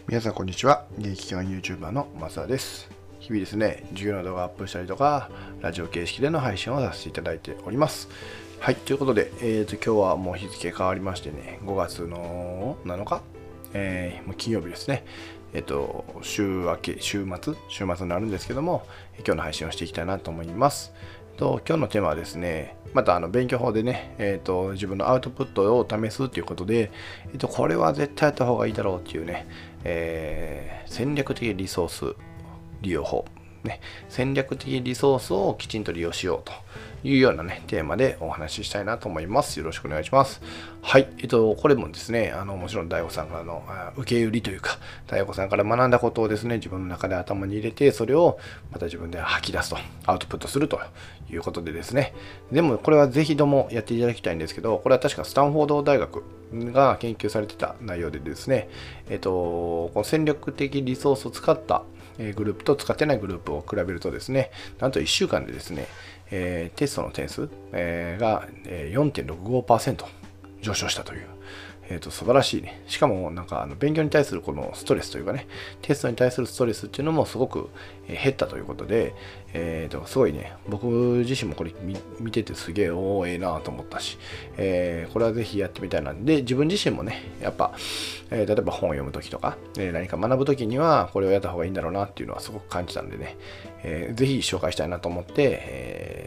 皆さんこんにちは。現役教員 YouTuber のマサです。日々ですね、授業の動画をアップしたりとか、ラジオ形式での配信をさせていただいております。はい、ということで、今日はもう日付変わりましてね、5月の7日、もう金曜日ですね。週明け、週末になるんですけども、今日の配信をしていきたいなと思います。今日のテーマはですね、また勉強法でね、自分のアウトプットを試すということで、これは絶対やった方がいいだろうっていうね、戦略的リソース利用法、ね、戦略的リソースをきちんと利用しようというようなね、テーマでお話ししたいなと思います。よろしくお願いします。はい。これもですね、もちろん大悟さんからの受け売りというか、大悟さんから学んだことをですね、自分の中で頭に入れて、それをまた自分で吐き出すと、アウトプットするということでですね。でも、これはぜひともやっていただきたいんですけど、これは確かスタンフォード大学が研究されてた内容でですね、この戦略的リソースを使ったグループと使ってないグループを比べるとですね、なんと1週間でですね、テストの点数、が 4.65% 上昇したという、素晴らしいね。しかもなんか勉強に対するこのストレスというかね、テストに対するストレスっていうのもすごく減ったということで、すごいね、僕自身もこれ見ててすげえええなと思ったし、これはぜひやってみたいなんで、自分自身もね、やっぱ、例えば本を読むときとか、何か学ぶときにはこれをやった方がいいんだろうなっていうのはすごく感じたんでね、ぜひ紹介したいなと思って、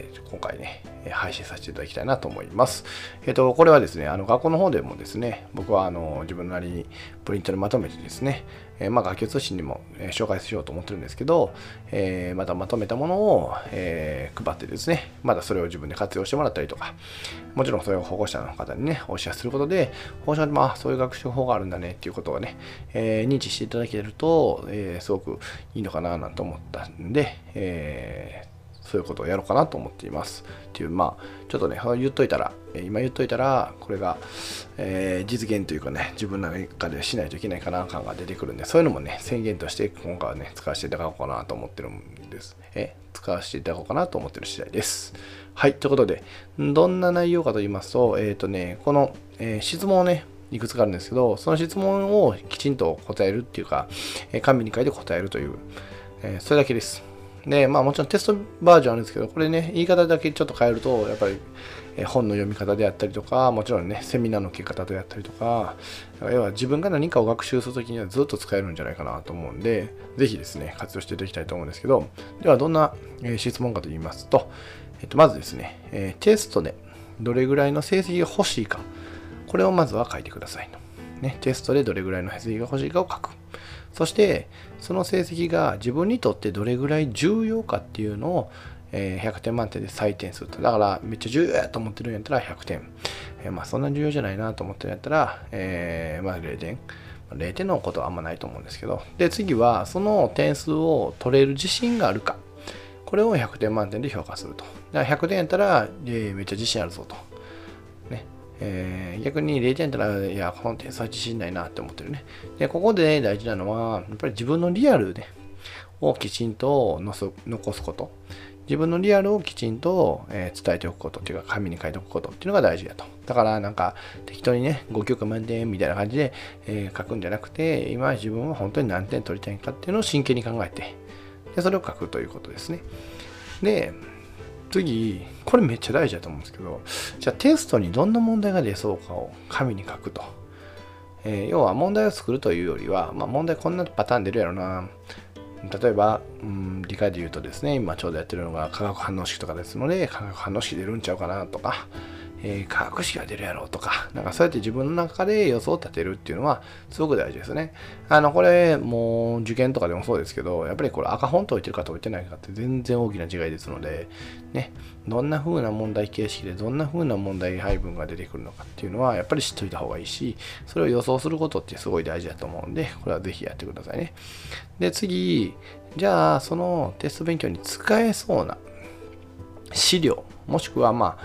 今回ね、配信させていただきたいなと思います。これはですね、学校の方でもですね、僕は自分なりにプリントでまとめてですね、学級通信にも紹介しようと思ってるんですけど、またまとめたものを、配ってですね、またそれを自分で活用してもらったりとか、もちろんそれを保護者の方にね、お知らせすることで、保護者でも、そういう学習法があるんだねっていうことをね、認知していただけると、すごくいいのかななんて思ったんで、そういうことをやろうかなと思っています。っていう、ちょっとね、今言っといたら、これが、実現というかね、自分の中でしないといけないかな感が出てくるんで、そういうのもね、宣言として今回はね、使わせていただこうかなと思ってるんです。使わせていただこうかなと思ってる次第です。はい、ということで、どんな内容かと言いますと、この、質問をね、いくつかあるんですけど、その質問をきちんと答えるっていうか、紙に書いて答えるという、それだけです。で、もちろんテストバージョンあるんですけど、これね、言い方だけちょっと変えると、やっぱり本の読み方であったりとか、もちろんね、セミナーの受け方であったりとか、要は自分が何かを学習するときにはずっと使えるんじゃないかなと思うんで、ぜひですね、活用していただきたいと思うんですけど、ではどんな質問かと言いますと、まずですね、テストでどれぐらいの成績が欲しいか、これをまずは書いてくださいと。ね、テストでどれぐらいの成績が欲しいかを書く。そして、その成績が自分にとってどれぐらい重要かっていうのを、100点満点で採点すると。だから、めっちゃ重要やと思ってるんやったら100点。そんな重要じゃないなと思ってるんやったら、0点。0点のことはあんまないと思うんですけど。で、次は、その点数を取れる自信があるか。これを100点満点で評価すると。だから100点やったら、めっちゃ自信あるぞと。ね。逆に0点やったら、いや、この点差は自信ないなって思ってるね。で、ここで大事なのは、やっぱり自分のリアル、ね、をきちんと残すこと。自分のリアルをきちんと、伝えておくことっていうか、紙に書いておくことっていうのが大事だと。だから、なんか、適当にね、5教科満点みたいな感じで、書くんじゃなくて、今自分は本当に何点取りたいかっていうのを真剣に考えて、でそれを書くということですね。で、次、これめっちゃ大事だと思うんですけど、じゃあテストにどんな問題が出そうかを紙に書くと。要は問題を作るというよりは、問題こんなパターン出るやろな。例えば、理科で言うとですね、今ちょうどやってるのが化学反応式とかですので、化学反応式出るんちゃうかなとか、化学式が出るやろうとか、なんかそうやって自分の中で予想を立てるっていうのはすごく大事ですね。これもう受験とかでもそうですけど、やっぱりこれ赤本解いてるか解いてないかって全然大きな違いですので、ね、どんな風な問題形式でどんな風な問題配分が出てくるのかっていうのはやっぱり知っといた方がいいし、それを予想することってすごい大事だと思うんで、これはぜひやってくださいね。で、次、じゃあそのテスト勉強に使えそうな資料、もしくは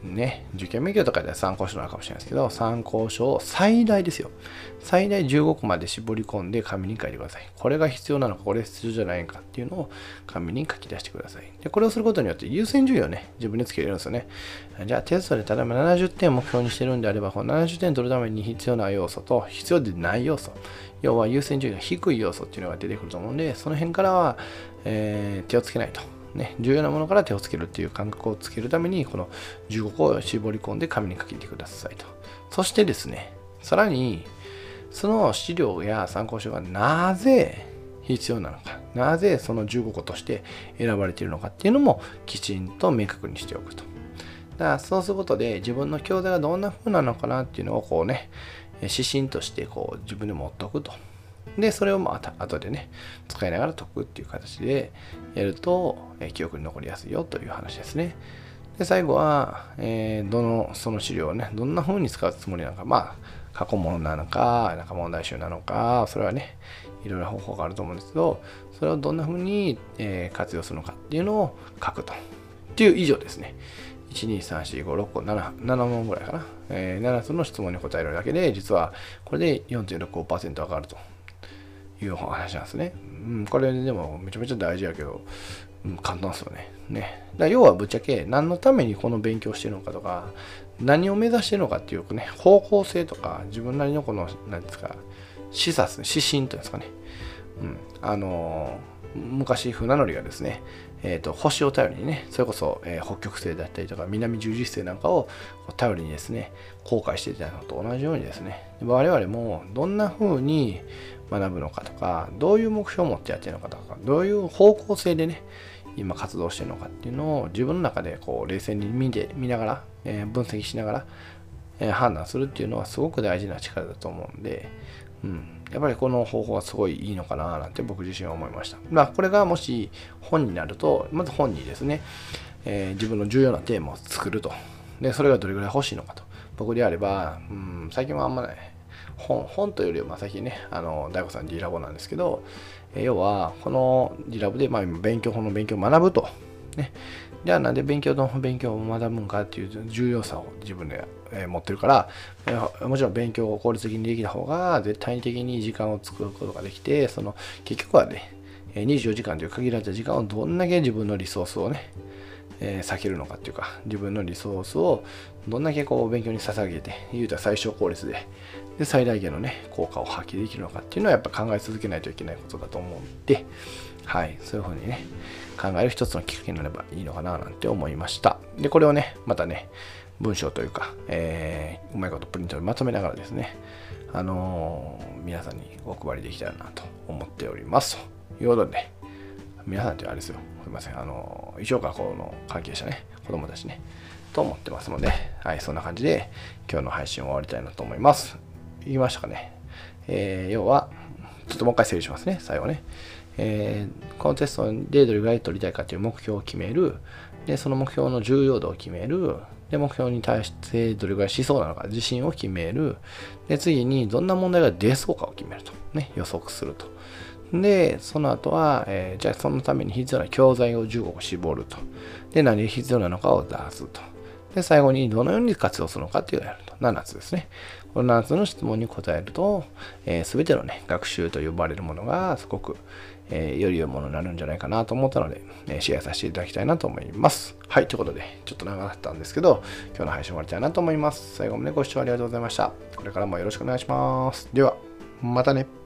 ね、受験勉強とかでは参考書なのかもしれないですけど、参考書を最大ですよ。最大15個まで絞り込んで紙に書いてください。これが必要なのか、これ必要じゃないのかっていうのを紙に書き出してください。で、これをすることによって優先順位をね、自分でつけれるんですよね。じゃあテストで例えば70点を目標にしてるんであれば、この70点取るために必要な要素と必要でない要素、要は優先順位が低い要素っていうのが出てくると思うんで、その辺からは、手をつけないと。ね、重要なものから手をつけるっていう感覚をつけるために、この15個を絞り込んで紙に書いてくださいと。そしてですね、さらに、その資料や参考書がなぜ必要なのか、なぜその15個として選ばれているのかっていうのもきちんと明確にしておくと。だからそうすることで自分の教材がどんな風なのかなっていうのをこうね、指針としてこう自分で持っておくと。で、それをまた後でね、使いながら解くっていう形でやると、記憶に残りやすいよという話ですね。で、最後は、その資料をね、どんな風に使うつもりなのか、まあ、過去問なのか、なんか問題集なのか、それはね、いろいろ方法があると思うんですけど、それをどんな風に、活用するのかっていうのを書くと。っていう以上ですね。1、2、3、4、5、6個、7問ぐらいかな。7つの質問に答えるだけで、実はこれで 4.65% 上がると。いう話なんですね。これでもめちゃめちゃ大事やけど、簡単ですよね。だ要はぶっちゃけ何のためにこの勉強してるのかとか、何を目指してるのかっていうね、方向性とか、自分なりのこの、何ですか、指針というんですかね。昔、船乗りがですね、星を頼りにね、それこそ、北極星だったりとか、南十字星なんかを頼りにですね、航海していたのと同じようにですね、我々もどんな風に学ぶのかとか、どういう目標を持ってやってるのかとか、どういう方向性でね、今活動してるのかっていうのを自分の中でこう冷静に見ながら、分析しながら、判断するっていうのはすごく大事な力だと思うんで、やっぱりこの方法はすごいいいのかななんて僕自身は思いました。これがもし本になると、まず本にですね、自分の重要なテーマを作ると。で、それがどれぐらい欲しいのかと。僕であれば、最近はあんまない。本というよりは、最近ね、大悟さん D ラボなんですけど、要は、この D ラボで、本の勉強を学ぶと。ね。じゃあなんで勉強を学ぶんかっていう重要さを自分で持ってるから、もちろん勉強を効率的にできた方が絶対的に時間を作ることができて、結局はね、24時間という限られた時間をどんだけ自分のリソースをね、避けるのかっていうか、自分のリソースをどんだけこう勉強に捧げて、言うたら最小効率で最大限のね、効果を発揮できるのかっていうのはやっぱ考え続けないといけないことだと思うんで、はい、そういうふうにね、考える一つのきっかけになればいいのかななんて思いました。で、これをね、またね、文章というか、うまいことプリントでまとめながらですね、皆さんにお配りできたらなと思っております。ということで、皆さんってあれですよ、すみません、一応学校の関係者ね、子供たちね、と思ってますので、はい、そんな感じで今日の配信を終わりたいなと思います。言いましたかね。要は、ちょっともう一回整理しますね、最後ね。このテストでどれぐらい取りたいかという目標を決める。で、その目標の重要度を決める。で、目標に対してどれぐらいしそうなのか、自信を決める。で、次にどんな問題が出そうかを決めると。ね、予測すると。で、その後は、じゃあそのために必要な教材を15個絞ると。で、何が必要なのかを出すと。で、最後にどのように活用するのかっていうのをやると。7つですね。この7つの質問に答えると、すべてのね、学習と呼ばれるものがすごく、より良いものになるんじゃないかなと思ったので、シェアさせていただきたいなと思います。はい、ということで、ちょっと長かったんですけど、今日の配信終わりたいなと思います。最後までご視聴ありがとうございました。これからもよろしくお願いします。では、またね。